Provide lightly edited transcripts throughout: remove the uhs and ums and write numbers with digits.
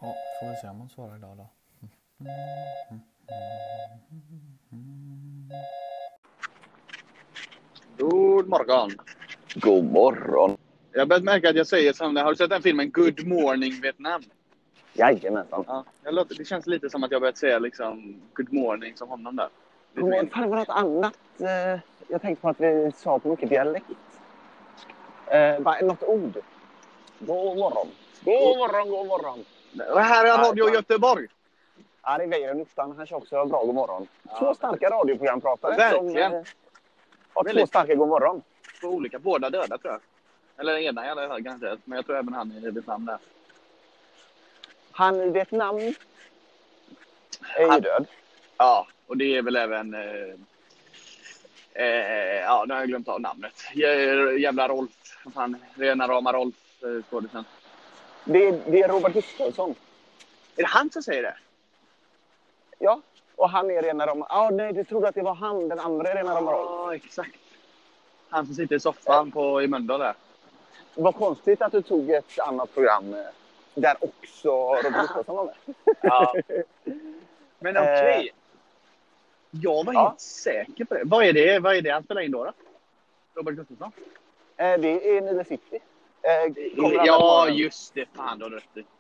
Ja, får vi se om hon svarar idag då. God morgon. God morgon. Jag har börjat märka att jag säger som det. Har du sett den filmen Good Morning Vietnam? Jajamensan. Ja, det känns lite som att jag börjat säga liksom Good Morning som honom där. Fan, det var något annat. Jag tänkte på att vi sa på mycket dialekt. Något ord. God morgon. God morgon, god morgon. Och här är Radio Göteborg. Ja, det är Veijer Nystan. Han kör också bra god morgon. Ja, Två starka radioprogrampratare. Verkligen. Har två starka god morgon. Två olika. Båda döda tror jag. Eller den ena i alla fall kanske. Men jag tror även han i Vietnam där. Han i Vietnam är ju död. Ja, och det är väl även... ja, nu har jag glömt av namnet. Jävla Rolf. Vad fan, rena rama Rolf skådisen. Det är Robert Gustafsson. Är det han som säger det? Ja, och han är rena rama... Ja, nej, du trodde att det var han, den andra är rena rama Rolf. Ja, exakt. Han som sitter i soffan i Mölndal där. Vad konstigt att du tog ett annat program där också Robert Gustafsson var med. Ja. Men okej. Jag var helt säker på det. Vad är det han spelar in då? Robert Gustafsson? Det är Nile City. Ja, just det. Fan, då har du rätt i.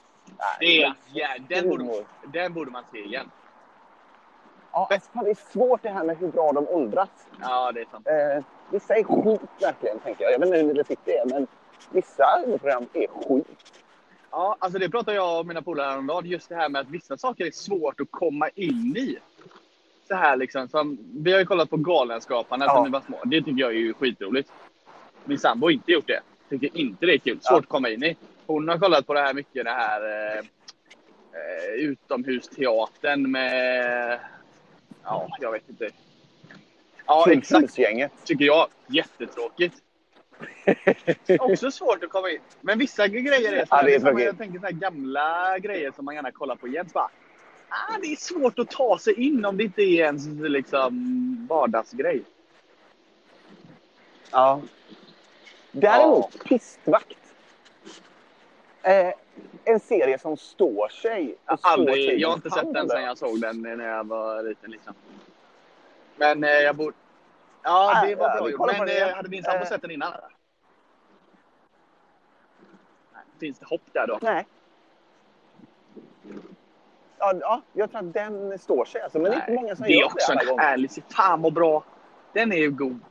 Den borde man se igen. Ja, alltså, det är svårt det här med hur bra de åldras. Ja, det är sant. Vissa är skit verkligen, tänker jag. Jag vet inte hur Nile City är, men vissa program är skit. Ja, alltså det pratar jag och mina polare om. Just det här med att vissa saker är svårt att komma in i. Så här liksom. Som, vi har ju kollat på Galenskaparna när vi var små. Det tycker jag är ju skitroligt. Min sambo har inte gjort det. Tycker inte det är kul. Svårt att komma in i. Hon har kollat på det här mycket. Det här utomhusteatern med... Ja, jag vet inte. Ja, exakt. Tycker jag. Jättetråkigt. Också svårt att komma in. Men vissa grejer är så här. Jag tänker så här gamla grejer som man gärna kollar på igen. Det är svårt att ta sig in om det inte är ens liksom vardagsgrej. Ja. Däremot, Pistvakt. En serie som står sig. Jag har inte sett den sen jag såg den när jag var liten liksom. Men jag borde... Ja, det var bra gjort. Men hade min sambo sett den innan? Finns det hopp där då? Nej. Ja, jag tror att den står sig. Alltså, men det är inte många som det är gör också det en härlig. Fan vad bra. Den är ju god.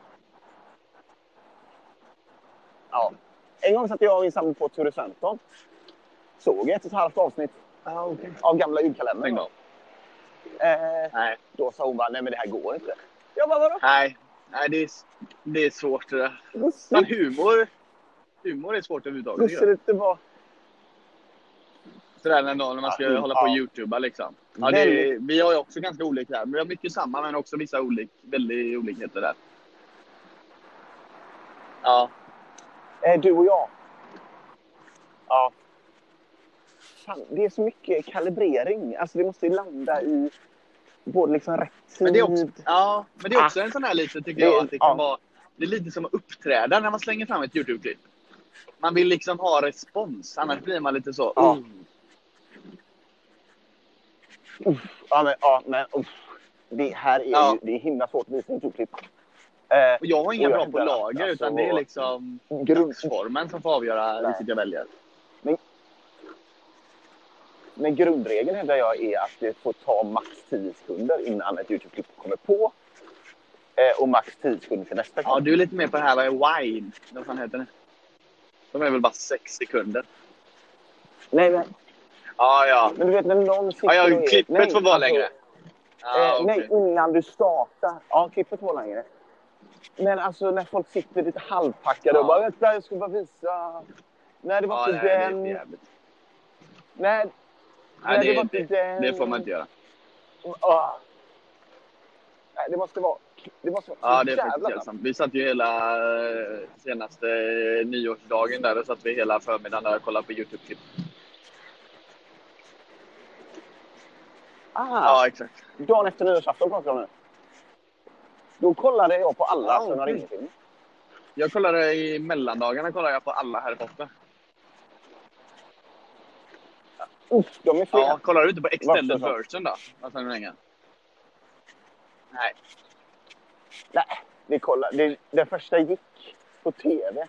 Ja. En gång satt jag och min sambo på Ture Sventon. Såg 1,5 avsnitt av gamla julkalendern. Nej. Då sa hon bara, nej men det här går inte. Jag bara, vadå? Nej, det är svårt det där. Men humor är svårt överhuvudtaget. Det var... Sådär när man ska hålla på YouTube liksom. Ja, vi har ju också ganska olika där. Men vi har mycket samma men också vissa väldigt olikheter där. Ja. Du och jag. Ja. Fan, det är så mycket kalibrering. Alltså det måste ju landa i både liksom rätt tid. Men det är också en sån här lite tycker jag att det kan vara. Det är lite som att uppträda när man slänger fram ett YouTube-klipp. Man vill liksom ha respons. Annars blir man lite så. Det här är ju, det är himla svårt att visa YouTube-klipp. Och jag har inga bra på lager utan det är liksom grundformen som får avgöra vilket jag väljer. Men grundregeln hävdar jag är att det får ta max 10 sekunder innan ett YouTube-klipp kommer på. Och max 10 sekunder till nästa. Ja, du är lite mer på det här, vad är wine? Vad fan heter det? De är väl bara 6 sekunder. Nej, men... Ja. Men du vet när någon sitter klippet får vara längre. Nej, innan du startar. Ja, klippet får längre. Men alltså när folk sitter lite halvpackade och bara, vänta, jag ska bara visa. Nej, det var inte den. Det är jävligt. Nej, det var inte den. Det får man inte göra. Nej, det måste vara. Ja, det är faktiskt helt sant. Vi satt ju hela senaste nyårsdagen där och satt vi hela förmiddagen där och kollade på YouTube-klipp. Ja, exakt. Dagen efter nyårsafton pratar jag nu. Då kollade jag på alla som har ringfilm. Jag kollade i mellandagarna på alla Harry Potter. De är fler. Ja, kollar du inte på extended version då? Vad sa du länge? Nej. Nej, vi kollar. Det första gick på tv.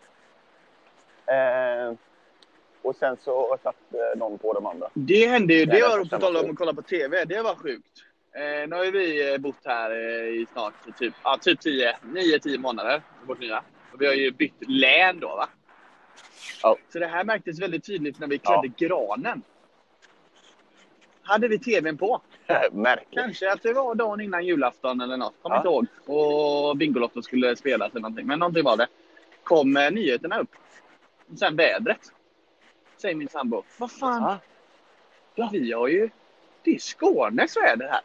Och sen så satt någon på de andra. Det hände ju. Det var på tal om att kolla på tv. Det var sjukt. Nu har ju vi bott här i snart typ 9-10 månader. Vårt nya. Och vi har ju bytt län då, va? Ja. Så det här märktes väldigt tydligt när vi klädde granen. Hade vi tvn på? Märkligt. Kanske att det var dagen innan julafton eller något. Kommer inte ihåg. Och Bingolotto skulle spelas eller någonting. Men någonting var det. Kom nyheterna upp. Och sen vädret. Säger min sambo. Vad fan? Ja, vi har ju... Det är Skånes väder här.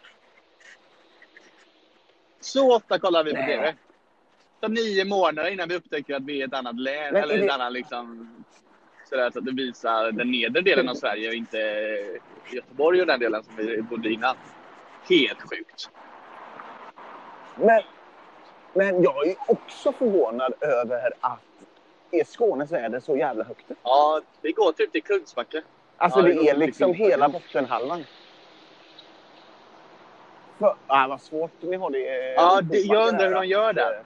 Så ofta kollar vi på tv. Så 9 månader innan vi upptäcker att vi är ett annat län. Eller ett annat liksom... Sådär, så att det visar den nedre delen av Sverige och inte Göteborg och den delen som vi bodde innan. Helt sjukt. Men jag är också förvånad över att är Skånes väder så jävla högt? Ja, det går typ till Kungsbacka. Alltså det är liksom hela bottenhalvan. Vad svårt ni har det. Ja, jag undrar hur de gör där.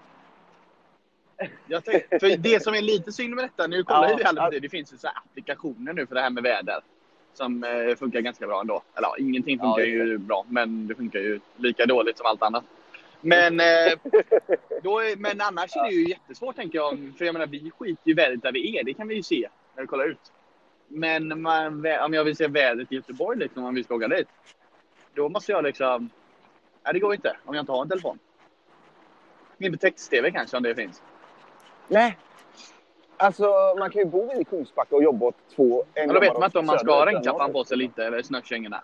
För det som är lite synd med detta, nu kollar vi aldrig på det. Det finns ju så här applikationer nu för det här med väder. Som funkar ganska bra ändå. Eller ingenting funkar ju bra, men det funkar ju lika dåligt som allt annat. Men, men annars är det ju jättesvårt tänker jag. För jag menar, vi skiter ju vädret där vi är. Det kan vi ju se när vi kollar ut. Men om jag vill se vädret i Göteborg liksom, om vi ska åka dit. Då måste jag liksom... Nej, det går inte om jag inte har en telefon. Min text-tv kanske om det finns. Nej. Alltså man kan ju bo i Kungsbacka och jobba åt 2... Ja, då vet man inte om man ska ha regnkappan på sig eller inte. Eller snökängorna.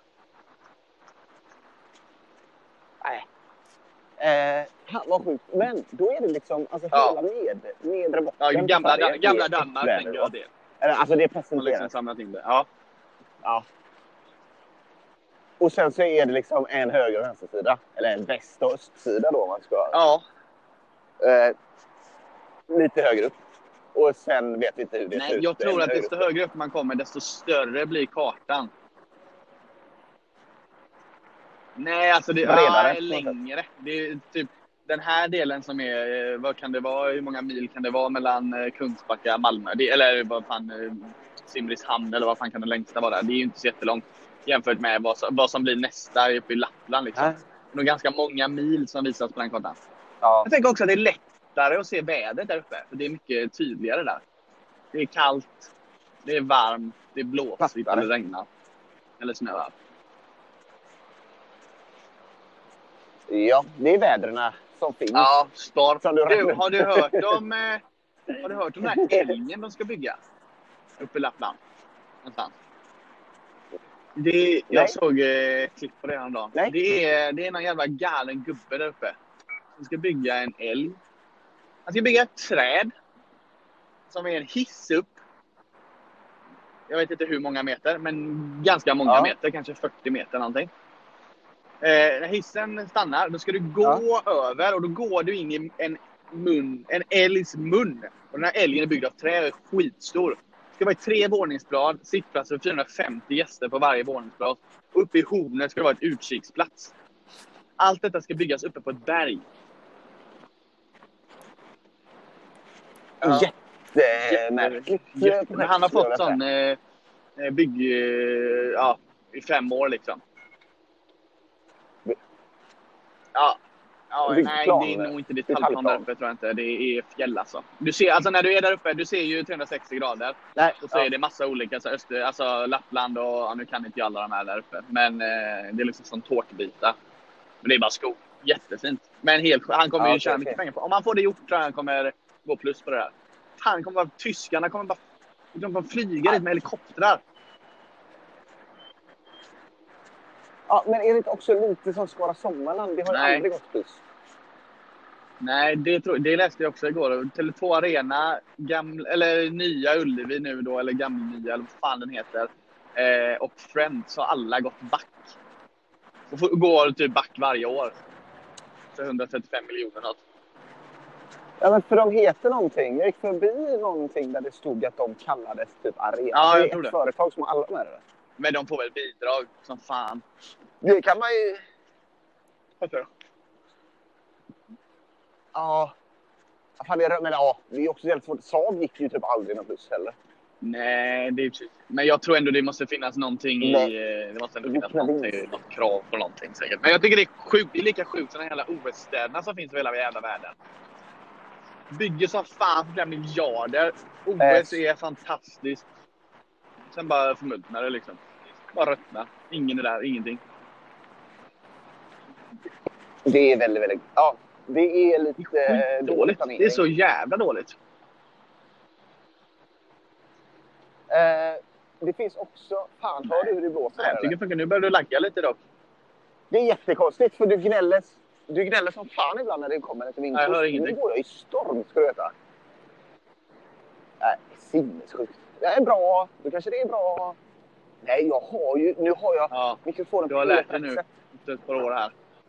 Nej. Vad sjukt. Men då är det liksom alltså, hela nedre botten. Ja, gamla Danmark tänker jag det. Alltså det är presenterat. Man liksom samlat in det. Ja. Och sen så är det liksom en höger- och vänstersida. Eller en väst- och östsida då man ska... Ja. Lite högre upp. Och sen vet vi inte hur det ser ut. Jag tror att desto högre upp man kommer, desto större blir kartan. Nej, alltså det är längre. Det är typ den här delen som är... Vad kan det vara? Hur många mil kan det vara mellan Kungsbacka och Malmö? Eller vad fan... Simrishamn eller vad fan kan den längsta vara där? Det är ju inte så jättelångt jämfört med vad som blir nästa uppe i Lappland liksom. Det är nog ganska många mil som visas på den kartan. Ja. Jag tänker också att det är lättare att se vädret där uppe. För det är mycket tydligare där. Det är kallt, det är varmt, det är blåsigt eller regnar. Eller snöar. Ja, det är vädrena som finns. Ja, storm. Har du hört om den här älgen de ska bygga? Uppe i Lappland. Någonstans. Jag såg klipp på det häromdagen. Det är någon jävla galen gubbe där uppe. Som ska bygga en älg. Han ska bygga ett träd. Som är en hiss upp. Jag vet inte hur många meter. Men ganska många meter. Kanske 40 meter någonting. När hissen stannar. Då ska du gå över. Och då går du in i en älgs mun. Och den här älgen är byggd av trä. Och är skitstor. Det ska vara 3 våningsblad, sittplats för 450 gäster på varje våningsblad. Och uppe i hornet ska det vara ett utkiksplats. Allt detta ska byggas uppe på ett berg. Jättemärkligt. Han har fått sån bygg i 5 år liksom. Nej, det är nog inte detaljplan där uppe, tror jag inte. Det är fjäll alltså. Du ser, alltså när du är där uppe, du ser ju 360 grader. Och så är det massa olika, alltså Lappland och, nu kan inte jag alla de här där uppe. Men det är liksom som tårtbitar. Men det är bara skog. Jättefint. Men han kommer ju tjäna mycket pengar på. Om han får det gjort tror jag han kommer gå plus på det där. Tyskarna kommer bara flyga dit med helikoptrar. Ja, men är det inte också lite som Skara Sommarland? Det har ju aldrig gått plus. Nej, det läste jag också igår. Tele2 Arena, eller nya Ullevi nu då, eller gamla eller vad fan den heter. Och Friends har alla gått back. Och går typ back varje år. Så 135 miljoner något. Ja, men för de heter någonting. Jag gick förbi någonting där det stod att de kallades typ Arena. Ja, jag det är tror ett det. Företag som har alla med det. Men de får väl bidrag som fan. Det kan man ju... Varför? Ja. Fan, men ja, det är också helt svårt. Saab gick ju typ aldrig någon buss heller. Nej, det är precis. Men jag tror ändå det måste finnas någonting i... Det måste ändå finnas något krav på någonting säkert. Men jag tycker det är sjukt. Det är lika sjukt som de hela OS-städerna som finns i hela jävla världen. Bygger som fan för flera miljarder. OS är fantastiskt. Sen bara förmultnar det liksom. Bara röttna. Ingen är där, ingenting. Det är väldigt, väldigt... Ja, det är lite dåligt. Det är så jävla dåligt. Det finns också... Fan, hör du hur det blåser? Nej, jag tycker att nu börjar du lagga lite dock. Det är jättekonstigt, för du gnäller som fan ibland när det kommer lite vind. Nej, jag hör ingenting. Nu går jag i storm, ska du veta. Nej, sinnessjukt. Det är bra. Då kanske det är bra. Nej, nu har jag mikrofonen på. Du har lärt dig nu ett par år här.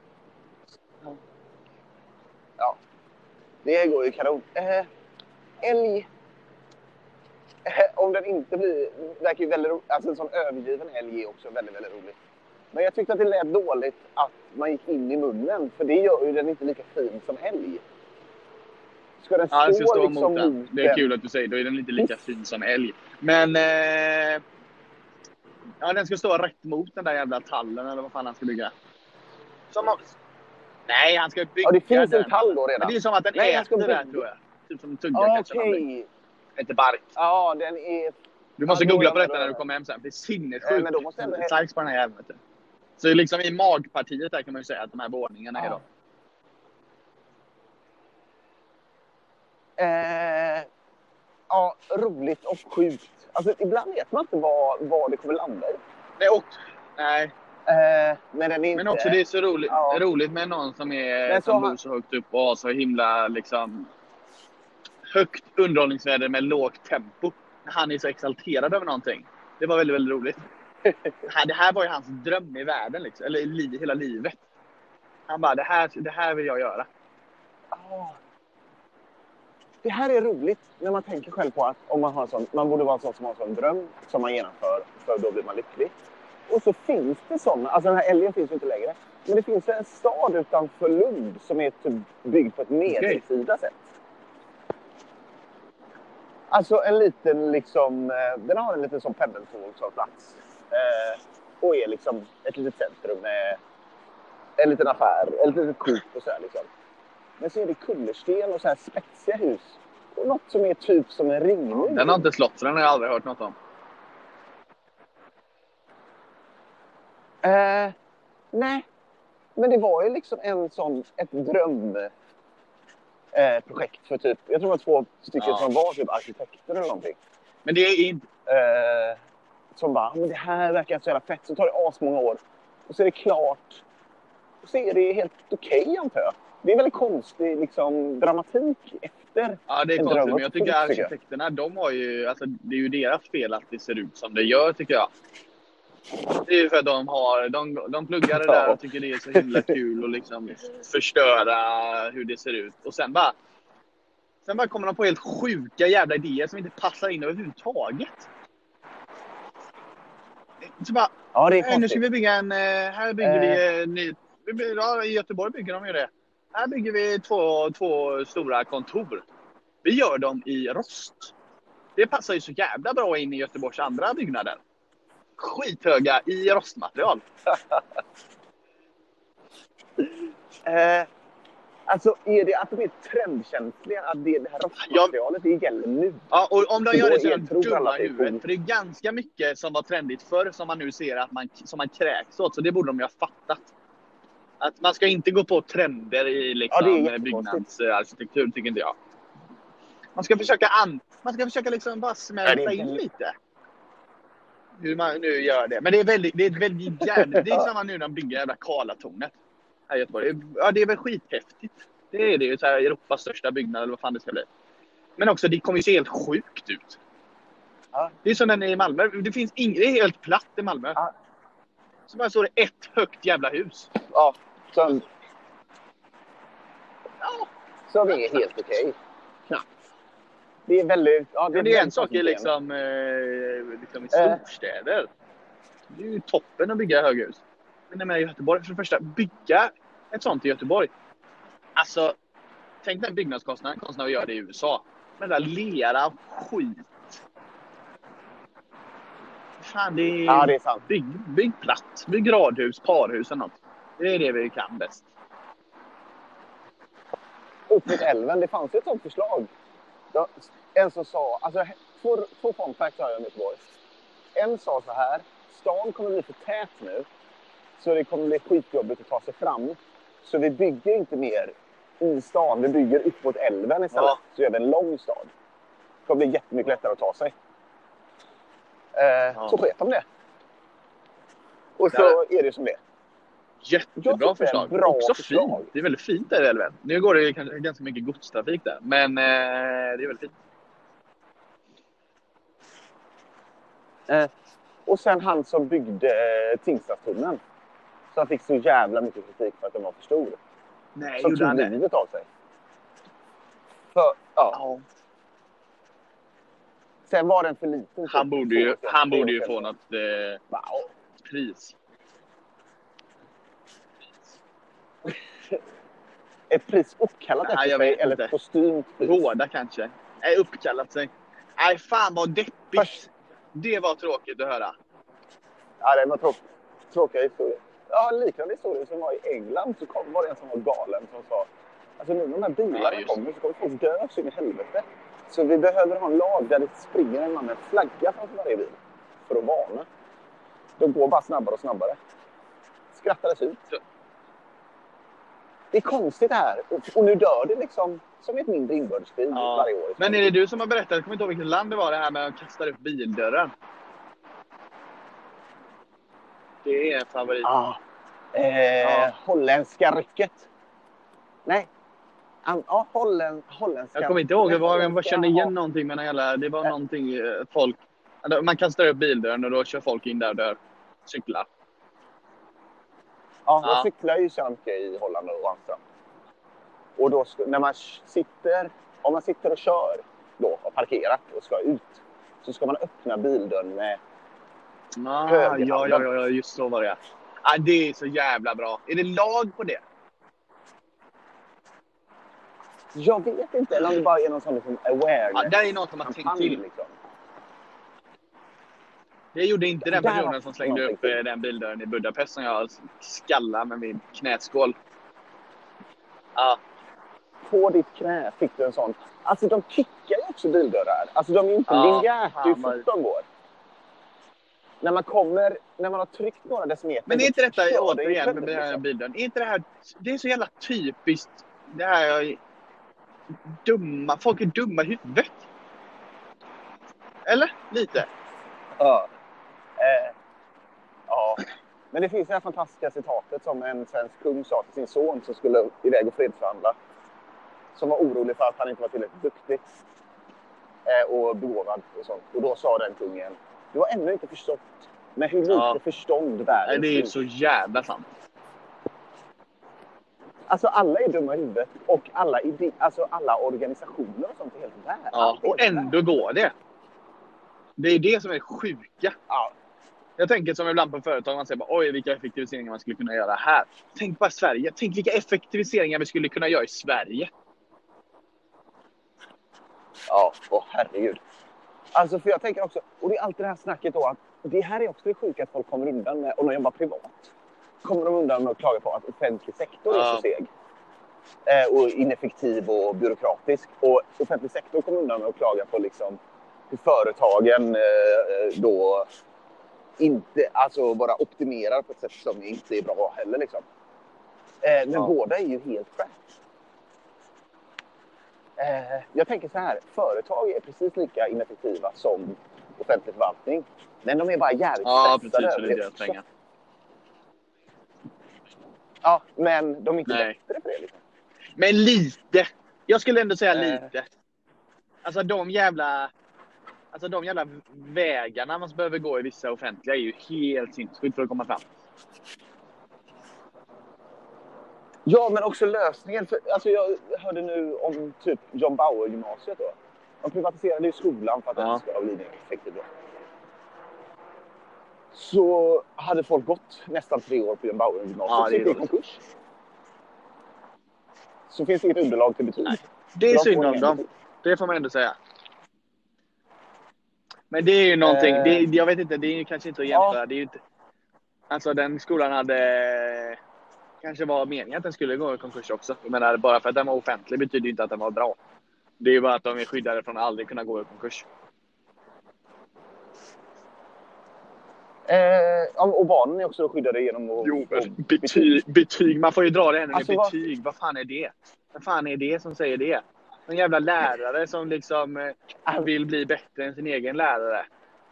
Ja. Det går ju kanon. Älg. Om den inte blir... Det verkar ju väldigt roligt. Alltså en sån övergiven älg är också väldigt, väldigt roligt. Men jag tyckte att det lät dåligt att man gick in i munnen. För det gör ju den inte lika fin som älg. Ska den stå, stå liksom mot den. Det är kul att du säger. Då är den inte lika fin som älg. Men... den ska stå rätt mot den där jävla tallen. Eller vad fan han ska bygga. Nej, han ska bygga. Ja, det finns den. En tall då redan. Men det är som att den äter det där, tror jag. Typ som en tugga kanske. Inte bark. Ja, den är... Du måste googla på detta när du kommer hem sen. Det är sinnessjukt. Men då måste jag... Sarks på den här jäveln. Så liksom i magpartiet där kan man ju säga att de här våningarna är då. Ja, roligt och sjukt. Alltså, ibland vet man inte vad det kommer landa i. Nej. Men den är inte... Men också det är så roligt med någon som bor så högt upp och har så himla liksom högt underhållningsvärde med lågt tempo. Han är så exalterad över någonting. Det var väldigt, väldigt roligt. Det här var ju hans dröm i världen liksom. Eller hela livet. Han bara, det här vill jag göra. Det här är roligt när man tänker själv på att om man borde vara en sån som har en sån dröm som man genomför, för då blir man lycklig. Och så finns det sådana, alltså den här älgen finns ju inte längre. Men det finns en stad utanför Lund som är typ byggd på ett medeltida sätt. Alltså en liten liksom, den har en liten som pendeltåg som plats. Och är liksom ett litet centrum med en liten affär, ett litet Coop och så här liksom. Men så är det kullersten och så här spetsiga hus. Och något som är typ som en ringmur. Den har inte slått, så den har jag aldrig hört något om. Nej. Men det var ju liksom ett drömprojekt för typ... Jag tror det var 2 stycken som var typ arkitekter eller någonting. Men det är inte... Som bara, men det här verkar så jävla fett. Så tar det asmånga år. Och så är det klart. Och så är det helt okej, antar jag. Det är väldigt konstig liksom, dramatik efter. Ja, det är konstigt. Men jag tycker arkitekterna, de har ju... Alltså, det är ju deras fel att det ser ut som det gör, tycker jag. Det är ju för att de pluggar det där och tycker det är så himla kul och liksom förstöra hur det ser ut. Och sen bara kommer de på helt sjuka jävla idéer som inte passar in överhuvudtaget. Så bara, nu ska vi bygga här bygger vi en ny... I Göteborg bygger de ju det. Här bygger vi två stora kontor. Vi gör dem i rost. Det passar ju så jävla bra in i Göteborgs andra byggnader. Skithöga i rostmaterial. Alltså är det att de är trendkänsliga att det här rostmaterialet det gäller nu? Ja, och om de gör det så är de dumma i huvudet. För det är ganska mycket som var trendigt förr som man nu ser att som man kräks åt. Så det borde de ju ha fattat. Att man ska inte gå på trender i liksom, byggnadsarkitektur, tycker inte jag. Man ska försöka liksom bara smälta in lite. Hur man nu gör det. Men det är väldigt jävligt. Det är samma nu när de bygger jävla Karlatornet här i Göteborg. Ja, det är väl skithäftigt. Det är ju så här Europas största byggnad eller vad fan det ska bli. Men också, det kommer ju se helt sjukt ut. Ja. Det är som den är i Malmö. Det är helt platt i Malmö. Ja. Så bara så är det ett högt jävla hus. Ja, som är helt okej. Knappt. Det är väldigt... Ja, det är en sak i liksom i storstäder. Det är ju toppen att bygga höghus. Men med Göteborg, för det första, bygga ett sånt i Göteborg. Alltså, tänk den byggnadskostnaden kostnaden gör det i USA. Men där lera skit. Fan, det är... Ja, det är sant. Bygg platt. Bygg radhus, parhus eller något. Det är det vi kan bäst. Upp mot älven, det fanns ju ett sånt förslag. En som sa, alltså två fun facts har jag i Göteborg. En sa så här, stan kommer bli för tät nu. Så det kommer bli skitjobbigt att ta sig fram. Så vi bygger inte mer i stan, vi bygger upp mot älven istället. Ja. Så gör vi en lång stad. Det kommer bli jättemycket lättare att ta sig. Så sket de det. Och så är det som det. Jättebra förslag. Bra Också förslag. fint. Det är väldigt fint där i älven. Nu går det ganska mycket godstrafik där. Men det är väldigt fint. Och sen han som byggde Tingstadstunneln. Så han fick så jävla mycket kritik för att den var för stor. Nej, som gjorde han tog det? livet av sig. För, Ja. Sen var den för liten. Han borde ju få något pris. Ett pris uppkallat Nej, jag efter sig vet eller inte. ett kostymt pris. Råda kanske. Nej, uppkallat sig. Nej, fan vad deppigt. Det var tråkigt att höra. Ja, det var tråkiga historier. Ja, liknande historier som var i England så var det en som var galen som sa alltså nu när de här bilarna kommer så kommer folk dö så in i helvete. Så vi behöver ha en lag där det springer en man med flagga framför varje bil. För att varna. De går bara snabbare och snabbare. Skrattades ut. Det är konstigt det här. Och nu dör det liksom som ett mindre inbördeskrig varje år. Men är det du som har berättat, jag kommer inte ihåg vilket land det var det här med att kasta upp bildörren? Det är en favorit. Holländska rycket. Nej. Holländska. Jag kommer inte ihåg, jag kände igen någonting med det var någonting folk... Man kastar upp bildörren och då kör folk in där och dör. Cyklar. Ja, de cyklar ju så mycket i Holland och Amsterdam. Och då när om man sitter och kör då och parkerat och ska ut så ska man öppna bildörren med högerhanden. Ja, just så var det. Ja, det är så jävla bra. Är det lag på det? Jag vet inte, eller om det bara är någon sån liksom awareness. Ja, det är något som man tänkt till. Liksom. Det gjorde inte den personen som slängde upp den bildörren i Budapest som jag skallade med min knäskål. Ja. På ditt knä fick du en sån. Alltså de kickar ju också bildörrar. Alltså de är inte linjärt hur fort de går. När man har tryckt några decimeter. Men är inte detta återigen med den här bildörren? Är inte det här, det är så jävla typiskt det här dumma, folk är dumma i huvudet. Eller? Lite. Ja. Men det finns det här fantastiska citatet som en svensk kung sa till sin son som skulle iväg och fredsförhandla. Som var orolig för att han inte var tillräckligt duktig. Och begåvad och sånt. Och då sa den kungen, du har ännu inte förstått med hur lite förstånd världen. Nej, det är så jävla sant. Alltså alla är dumma i huvudet och alla organisationer och sånt är helt värda. Ja, och ändå går det. Det är det som är sjuka. Ja. Jag tänker som ibland på företag, man säger bara, oj vilka effektiviseringar man skulle kunna göra här. Tänk bara Sverige, tänk vilka effektiviseringar vi skulle kunna göra i Sverige. Ja, herregud. Alltså för jag tänker också, och det är alltid det här snacket då att det här är också det sjuka att folk kommer undan med, om de jobbar privat. Kommer de undan med att klaga på att offentlig sektor är så seg. Och ineffektiv och byråkratisk. Och offentlig sektor kommer undan med att klaga på liksom hur företagen då inte, alltså bara optimerar på ett sätt som inte är bra heller liksom. Men båda är ju helt crap. Jag tänker så här, företag är precis lika ineffektiva som offentlig förvaltning. Men de är bara jävligt stressade över det också. Ja, men de är inte bättre för det liksom. Men lite. Jag skulle ändå säga lite. Alltså de jävla vägarna man behöver gå i vissa offentliga är ju helt sinnessjukt för att komma fram. Ja, men också lösningen. Alltså jag hörde nu om typ John Bauer-gymnasiet då. De privatiserade ju skolan för att den ska bli mer effektiv då. så hade folk gått nästan 3 år på Björn Bauer-gymnasiet. Ja, det är så gick konkurs. Så finns det inget underlag till betyg. Nej. Det är synd om dem. Det får man ändå säga. Men det är ju någonting, jag vet inte, det är ju kanske inte att jämföra. Ja. Det är ju inte, alltså den skolan hade kanske var meningen att den skulle gå i konkurs också. Jag menar, bara för att den var offentlig betyder ju inte att den var bra. Det är ju bara att de är skyddade från att aldrig kunna gå i konkurs. Och barnen är också skyddade genom betyg. Man får ju dra det här med betyg. Vad fan är det? Vad fan är det som säger det? En jävla lärare som liksom vill bli bättre än sin egen lärare.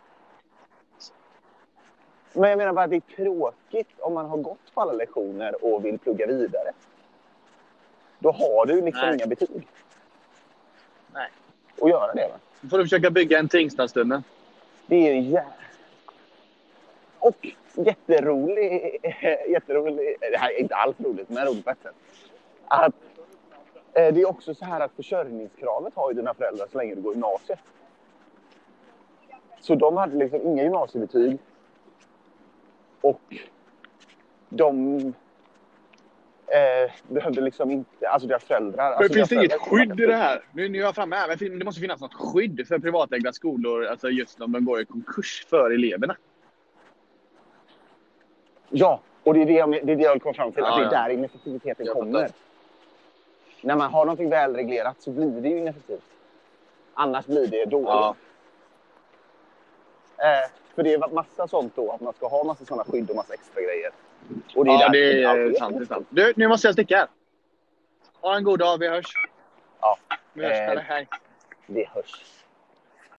Men jag menar bara att det är tråkigt om man har gått på alla lektioner och vill plugga vidare. Då har du liksom inga betyg. Nej. Och göra det, va? Då får du försöka bygga en Tingstadstunnel. Det är ju och jätterolig, det här är inte alls roligt, men roligt på ett sätt. Att det är också så här att försörjningskravet har ju dina föräldrar så länge du går gymnasiet. Så de hade liksom inga gymnasiebetyg. Och de behövde liksom inte, alltså deras föräldrar. Men alltså finns det inget skydd i det här? Nu är jag framme här, men det måste finnas något skydd för privatägda skolor, alltså just om de går i konkurs för eleverna. Ja, och det är det jag vill komma fram till, att det är där ineffektiviteten kommer. När man har något välreglerat så blir det ju ineffektivt. Annars blir det dåligt. Ja. För det är massa sånt då, att man ska ha massa sådana skydd och massa extra grejer. Och det är sant. Du, nu måste jag sticka. Ha en god dag, vi hörs. Ja. Vi hörs, hej. Vi hörs.